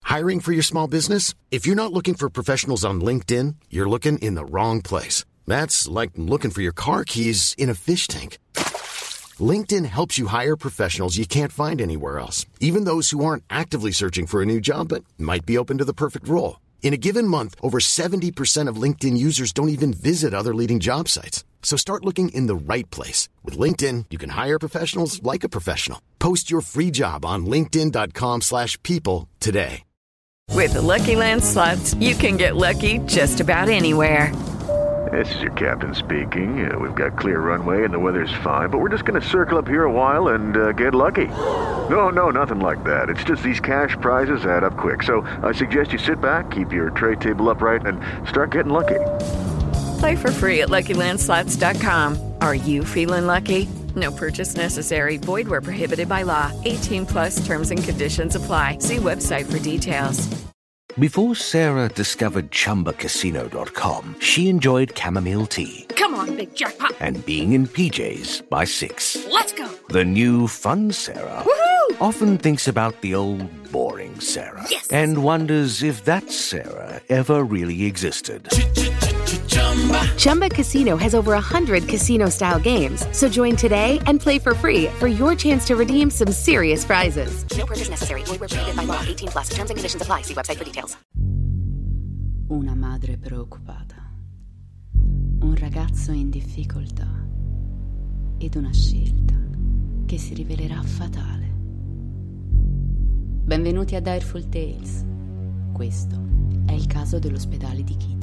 Hiring for your small business? If you're not looking for professionals on LinkedIn, you're looking in the wrong place. That's like looking for your car keys in a fish tank. LinkedIn helps you hire professionals you can't find anywhere else, even those who aren't actively searching for a new job but might be open to the perfect role. In a given month, over 70% of LinkedIn users don't even visit other leading job sites. So start looking in the right place. With LinkedIn, you can hire professionals like a professional. Post your free job on linkedin.com/people today. With the Lucky Land Slots, you can get lucky just about anywhere. This is your captain speaking. We've got clear runway and the weather's fine, but we're just going to circle up here a while and get lucky. No, nothing like that. It's just these cash prizes add up quick. So I suggest you sit back, keep your tray table upright, and start getting lucky. Play for free at LuckyLandSlots.com. Are you feeling lucky? No purchase necessary. Void where prohibited by law. 18+ terms and conditions apply. See website for details. Before Sarah discovered ChumbaCasino.com, she enjoyed chamomile tea. Come on, big jackpot. And being in PJs by 6. Let's go. The new fun Sarah often thinks about the old boring Sarah. Yes. And wonders if that Sarah ever really existed. Chumba Casino has over 100 casino-style games. So join today and play for free for your chance to redeem some serious prizes. No purchase necessary. Void where prohibited by law. 18+. Terms and conditions apply. See website for details. Una madre preoccupata. Un ragazzo in difficoltà. Ed una scelta che si rivelerà fatale. Benvenuti a Direful Tales. Questo è il caso dell'ospedale di Quito.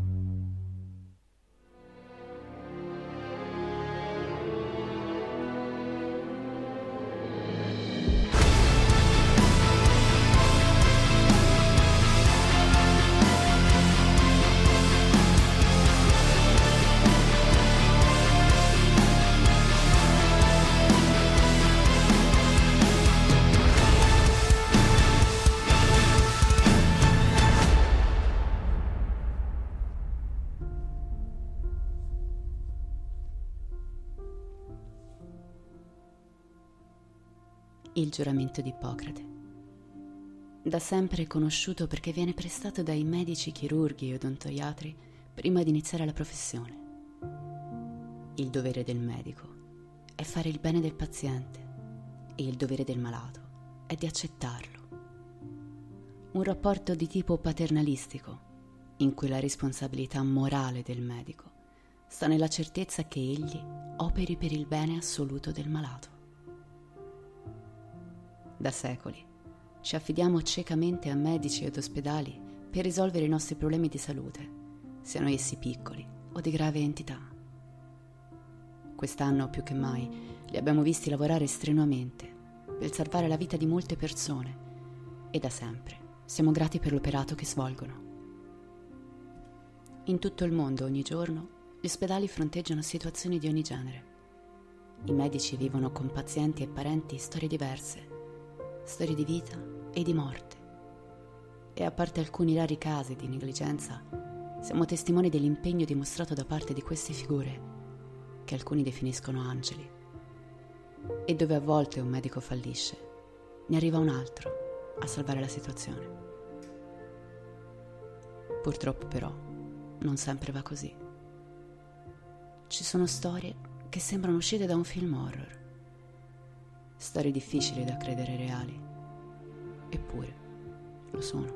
Il giuramento di Ippocrate. Da sempre conosciuto perché viene prestato dai medici, chirurghi e odontoiatri prima di iniziare la professione. Il dovere del medico è fare il bene del paziente e il dovere del malato è di accettarlo. Un rapporto di tipo paternalistico, in cui la responsabilità morale del medico sta nella certezza che egli operi per il bene assoluto del malato. Da secoli ci affidiamo ciecamente a medici ed ospedali per risolvere i nostri problemi di salute, siano essi piccoli o di grave entità. Quest'anno più che mai li abbiamo visti lavorare strenuamente per salvare la vita di molte persone e da sempre siamo grati per l'operato che svolgono. In tutto il mondo ogni giorno gli ospedali fronteggiano situazioni di ogni genere. I medici vivono con pazienti e parenti storie diverse, storie di vita e di morte. E a parte alcuni rari casi di negligenza, siamo testimoni dell'impegno dimostrato da parte di queste figure, che alcuni definiscono angeli. E dove a volte un medico fallisce, ne arriva un altro a salvare la situazione. Purtroppo però, non sempre va così. Ci sono storie che sembrano uscite da un film horror. Storie difficili da credere reali, eppure lo sono.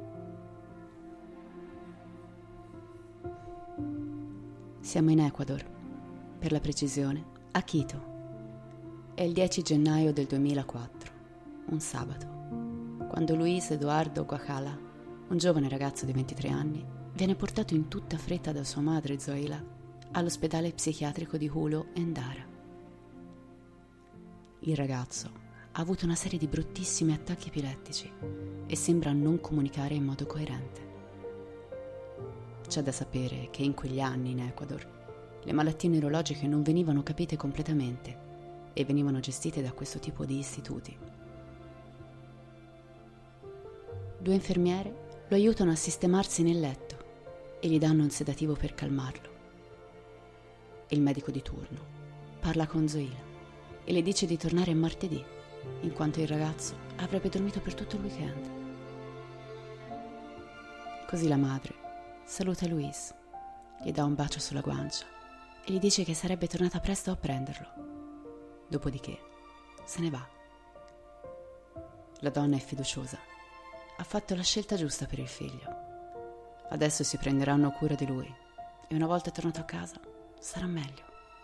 Siamo in Ecuador, per la precisione, a Quito. È il 10 gennaio del 2004, un sabato, quando Luis Eduardo Guajala, un giovane ragazzo di 23 anni, viene portato in tutta fretta da sua madre Zoila all'ospedale psichiatrico di Hulo Endara. Il ragazzo ha avuto una serie di bruttissimi attacchi epilettici e sembra non comunicare in modo coerente. C'è da sapere che in quegli anni in Ecuador le malattie neurologiche non venivano capite completamente e venivano gestite da questo tipo di istituti. 2 infermiere lo aiutano a sistemarsi nel letto e gli danno un sedativo per calmarlo. Il medico di turno parla con Zoila e le dice di tornare martedì, in quanto il ragazzo avrebbe dormito per tutto il weekend. Così la madre saluta Louise, gli dà un bacio sulla guancia e gli dice che sarebbe tornata presto a prenderlo. Dopodiché se ne va. La donna è fiduciosa. Ha fatto la scelta giusta per il figlio. Adesso si prenderanno cura di lui e una volta tornato a casa sarà meglio.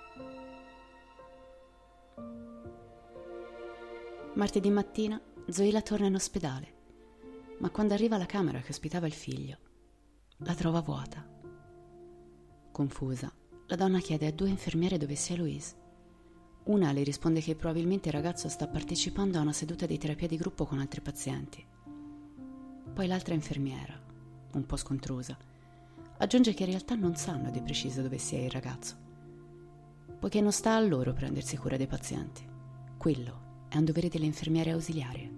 Martedì mattina Zoila torna in ospedale, ma quando arriva alla camera che ospitava il figlio, la trova vuota. Confusa, la donna chiede a 2 infermiere dove sia Louise. Una le risponde che probabilmente il ragazzo sta partecipando a una seduta di terapia di gruppo con altri pazienti. Poi l'altra infermiera, un po' scontrusa, aggiunge che in realtà non sanno di preciso dove sia il ragazzo, poiché non sta a loro prendersi cura dei pazienti. Quello è un dovere delle infermiere ausiliarie.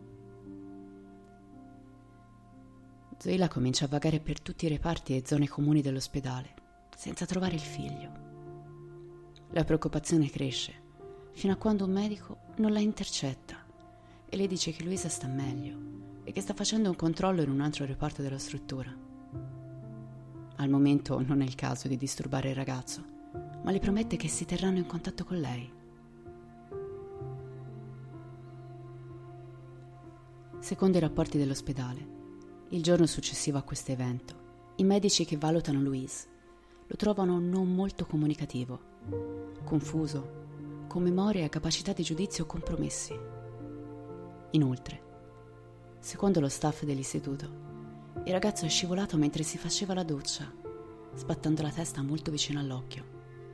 Zoila comincia a vagare per tutti i reparti e zone comuni dell'ospedale, senza trovare il figlio. La preoccupazione cresce, fino a quando un medico non la intercetta e le dice che Luisa sta meglio e che sta facendo un controllo in un altro reparto della struttura. Al momento non è il caso di disturbare il ragazzo, ma le promette che si terranno in contatto con lei. Secondo i rapporti dell'ospedale, il giorno successivo a questo evento, i medici che valutano Louise lo trovano non molto comunicativo, confuso, con memoria e capacità di giudizio compromessi. Inoltre, secondo lo staff dell'istituto, il ragazzo è scivolato mentre si faceva la doccia, sbattendo la testa molto vicino all'occhio.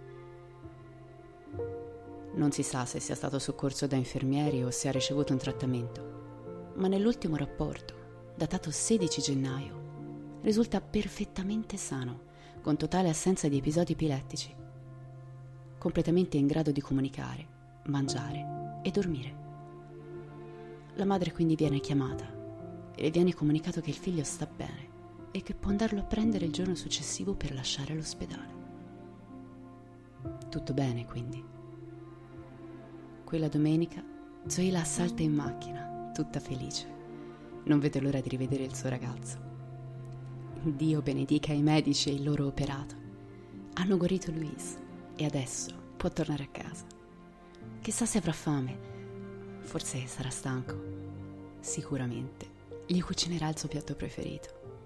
Non si sa se sia stato soccorso da infermieri o se ha ricevuto un trattamento, ma nell'ultimo rapporto, datato 16 gennaio, risulta perfettamente sano, con totale assenza di episodi epilettici, completamente in grado di comunicare, mangiare e dormire. La madre quindi viene chiamata e le viene comunicato che il figlio sta bene e che può andarlo a prendere il giorno successivo per lasciare l'ospedale. Tutto bene, quindi. Quella domenica Zoila salta in macchina, tutta felice. Non vede l'ora di rivedere il suo ragazzo. Dio benedica i medici e il loro operato. Hanno guarito Louise e adesso può tornare a casa. Chissà se avrà fame. Forse sarà stanco. Sicuramente gli cucinerà il suo piatto preferito.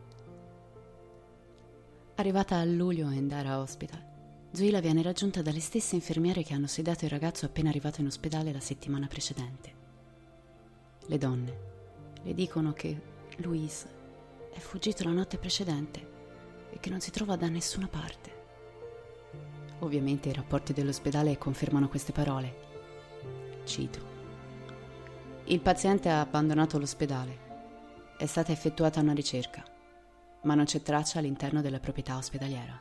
Arrivata a luglio a Endara Hospital, Zoila viene raggiunta dalle stesse infermiere che hanno sedato il ragazzo appena arrivato in ospedale la settimana precedente. Le donne le dicono che Louise è fuggito la notte precedente e che non si trova da nessuna parte. Ovviamente i rapporti dell'ospedale confermano queste parole. Cito: il paziente ha abbandonato l'ospedale. È stata effettuata una ricerca, ma non c'è traccia all'interno della proprietà ospedaliera.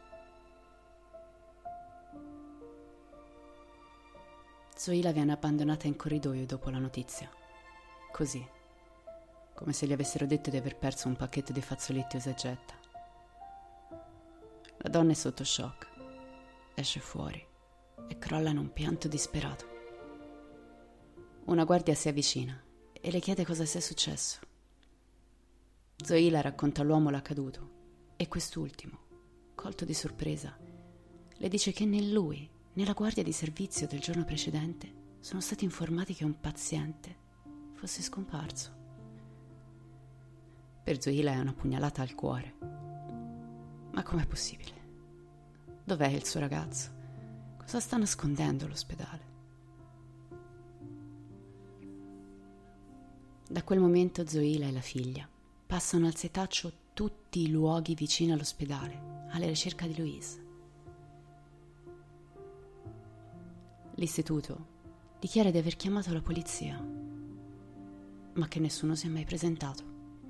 Zoila viene abbandonata in corridoio dopo la notizia. Così, come se gli avessero detto di aver perso un pacchetto di fazzoletti usa e getta. La donna è sotto shock, esce fuori e crolla in un pianto disperato. Una guardia si avvicina e le chiede cosa sia successo. Zoila racconta all'uomo l'accaduto e quest'ultimo, colto di sorpresa, le dice che né lui né la guardia di servizio del giorno precedente sono stati informati che un paziente fosse scomparso. Per Zoila è una pugnalata al cuore. Ma com'è possibile? Dov'è il suo ragazzo? Cosa sta nascondendo l'ospedale? Da quel momento Zoila e la figlia passano al setaccio tutti i luoghi vicini all'ospedale, alla ricerca di Louise. L'istituto dichiara di aver chiamato la polizia, ma che nessuno si è mai presentato.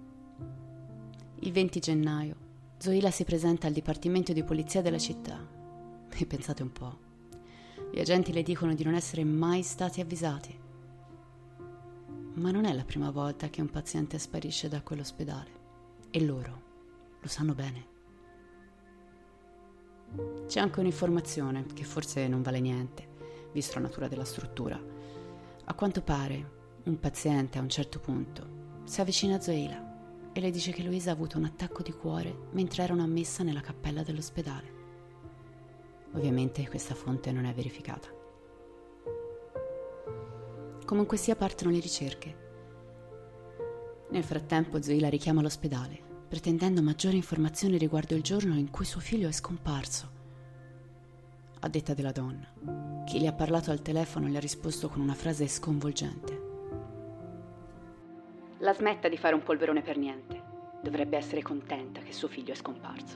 Il 20 gennaio Zoila si presenta al dipartimento di polizia della città e pensate un po', gli agenti le dicono di non essere mai stati avvisati. Ma non è la prima volta che un paziente sparisce da quell'ospedale e loro lo sanno bene. C'è anche un'informazione che forse non vale niente, visto la natura della struttura. A quanto pare un paziente a un certo punto si avvicina a Zoila e le dice che Louise ha avuto un attacco di cuore mentre era una messa nella cappella dell'ospedale. Ovviamente questa fonte non è verificata. Comunque sia, partono le ricerche. Nel frattempo Zoila richiama l'ospedale, pretendendo maggiori informazioni riguardo il giorno in cui suo figlio è scomparso. A detta della donna, chi le ha parlato al telefono le ha risposto con una frase sconvolgente. La smetta di fare un polverone per niente. Dovrebbe essere contenta che suo figlio è scomparso.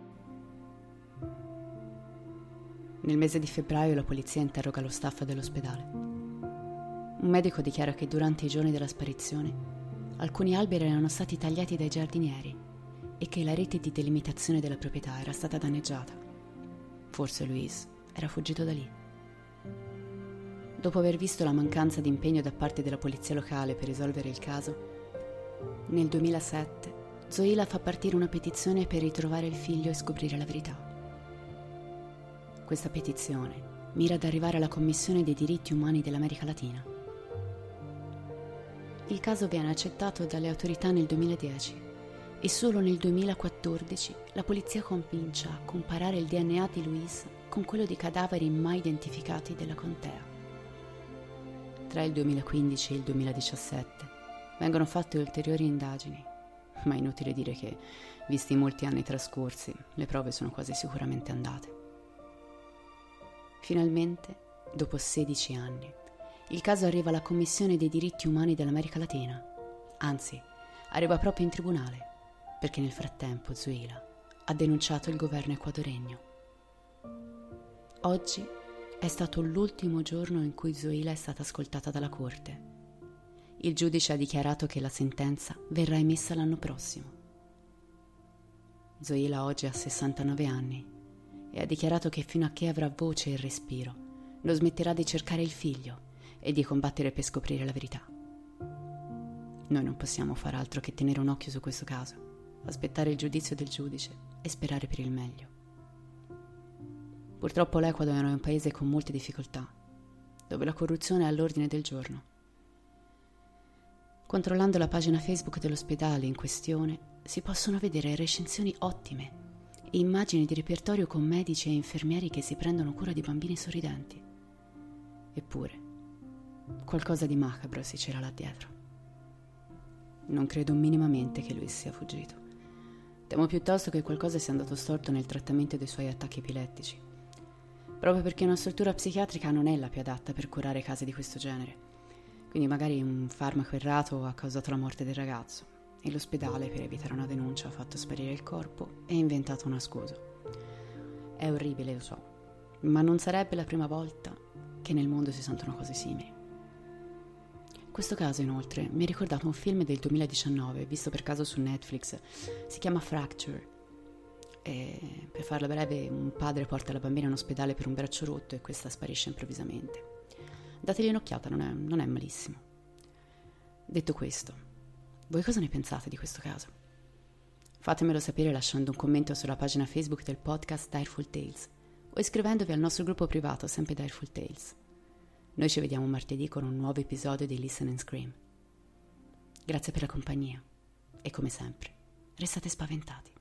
Nel mese di febbraio la polizia interroga lo staff dell'ospedale. Un medico dichiara che durante i giorni della sparizione alcuni alberi erano stati tagliati dai giardinieri e che la rete di delimitazione della proprietà era stata danneggiata. Forse Louise era fuggito da lì. Dopo aver visto la mancanza di impegno da parte della polizia locale per risolvere il caso, nel 2007 Zoila fa partire una petizione per ritrovare il figlio e scoprire la verità. Questa petizione mira ad arrivare alla Commissione dei diritti umani dell'America Latina. Il caso viene accettato dalle autorità nel 2010 e solo nel 2014 la polizia comincia a comparare il DNA di Louise con quello di cadaveri mai identificati della contea. Tra il 2015 e il 2017 vengono fatte ulteriori indagini, ma è inutile dire che, visti i molti anni trascorsi, le prove sono quasi sicuramente andate. Finalmente, dopo 16 anni, il caso arriva alla Commissione dei diritti umani dell'America Latina. Anzi, arriva proprio in tribunale, perché nel frattempo Zoila ha denunciato il governo ecuadoregno. Oggi è stato l'ultimo giorno in cui Zoila è stata ascoltata dalla corte. Il giudice ha dichiarato che la sentenza verrà emessa l'anno prossimo. Zoila oggi ha 69 anni e ha dichiarato che fino a che avrà voce e respiro non smetterà di cercare il figlio e di combattere per scoprire la verità. Noi non possiamo far altro che tenere un occhio su questo caso, aspettare il giudizio del giudice e sperare per il meglio. Purtroppo l'Ecuador è un paese con molte difficoltà, dove la corruzione è all'ordine del giorno. Controllando la pagina Facebook dell'ospedale in questione si possono vedere recensioni ottime e immagini di repertorio con medici e infermieri che si prendono cura di bambini sorridenti. Eppure, qualcosa di macabro si c'era là dietro. Non credo minimamente che lui sia fuggito. Temo piuttosto che qualcosa sia andato storto nel trattamento dei suoi attacchi epilettici, proprio perché una struttura psichiatrica non è la più adatta per curare casi di questo genere. Quindi magari un farmaco errato ha causato la morte del ragazzo e l'ospedale, per evitare una denuncia, ha fatto sparire il corpo e ha inventato una scusa. È orribile, lo so, ma non sarebbe la prima volta che nel mondo si sentono cose simili. Questo caso, inoltre, mi ha ricordato un film del 2019, visto per caso su Netflix. Si chiama Fracture. E, per farla breve, un padre porta la bambina in ospedale per un braccio rotto e questa sparisce improvvisamente. Dategli un'occhiata, non è malissimo. Detto questo, voi cosa ne pensate di questo caso? Fatemelo sapere lasciando un commento sulla pagina Facebook del podcast Direful Tales o iscrivendovi al nostro gruppo privato, sempre Direful Tales. Noi ci vediamo martedì con un nuovo episodio di Listen and Scream. Grazie per la compagnia e, come sempre, restate spaventati.